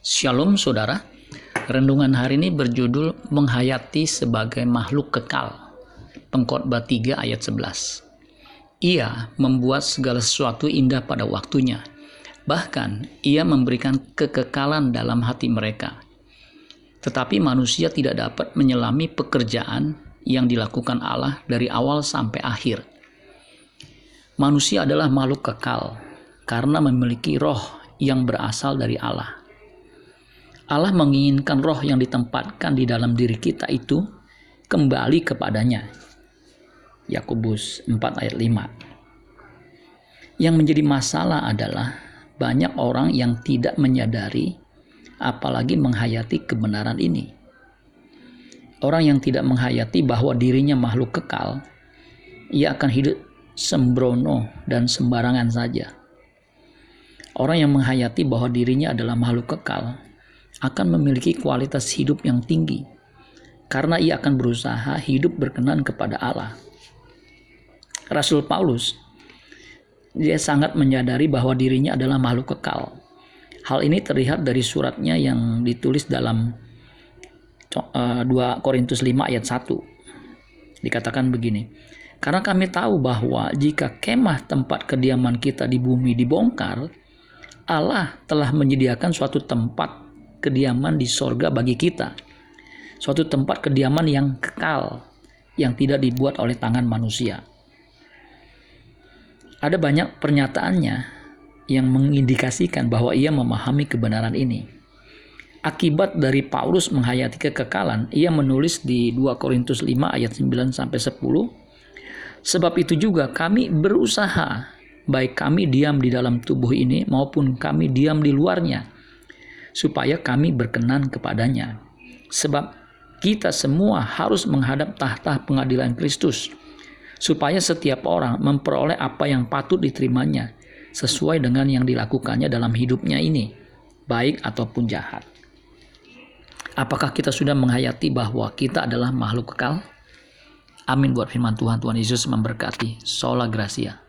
Shalom saudara, renungan hari ini berjudul menghayati sebagai makhluk kekal. Pengkhotbah 3 ayat 11. Ia membuat segala sesuatu indah pada waktunya. Bahkan ia memberikan kekekalan dalam hati mereka. Tetapi manusia tidak dapat menyelami pekerjaan yang dilakukan Allah dari awal sampai akhir. Manusia adalah makhluk kekal karena memiliki roh yang berasal dari Allah. Allah menginginkan roh yang ditempatkan di dalam diri kita itu kembali kepadanya. Yakobus 4 ayat 5. Yang menjadi masalah adalah banyak orang yang tidak menyadari apalagi menghayati kebenaran ini. Orang yang tidak menghayati bahwa dirinya makhluk kekal, ia akan hidup sembrono dan sembarangan saja. Orang yang menghayati bahwa dirinya adalah makhluk kekal akan memiliki kualitas hidup yang tinggi karena ia akan berusaha hidup berkenan kepada Allah. Rasul Paulus, dia sangat menyadari bahwa dirinya adalah makhluk kekal. Hal ini terlihat dari suratnya yang ditulis dalam 2 Korintus 5 ayat 1. Dikatakan begini, karena kami tahu bahwa jika kemah tempat kediaman kita di bumi dibongkar, Allah telah menyediakan suatu tempat kediaman di sorga bagi kita. Suatu tempat kediaman yang kekal, yang tidak dibuat oleh tangan manusia. Ada banyak pernyataannya yang mengindikasikan bahwa ia memahami kebenaran ini. Akibat dari Paulus menghayati kekekalan, ia menulis di 2 Korintus 5 ayat 9-10, sebab itu juga kami berusaha, baik kami diam di dalam tubuh ini maupun kami diam di luarnya, supaya kami berkenan kepadanya. Sebab kita semua harus menghadap tahta pengadilan Kristus, supaya setiap orang memperoleh apa yang patut diterimanya, sesuai dengan yang dilakukannya dalam hidupnya ini, baik ataupun jahat. Apakah kita sudah menghayati bahwa kita adalah makhluk kekal? Amin buat firman Tuhan. Tuhan Yesus memberkati. Sola Gracia.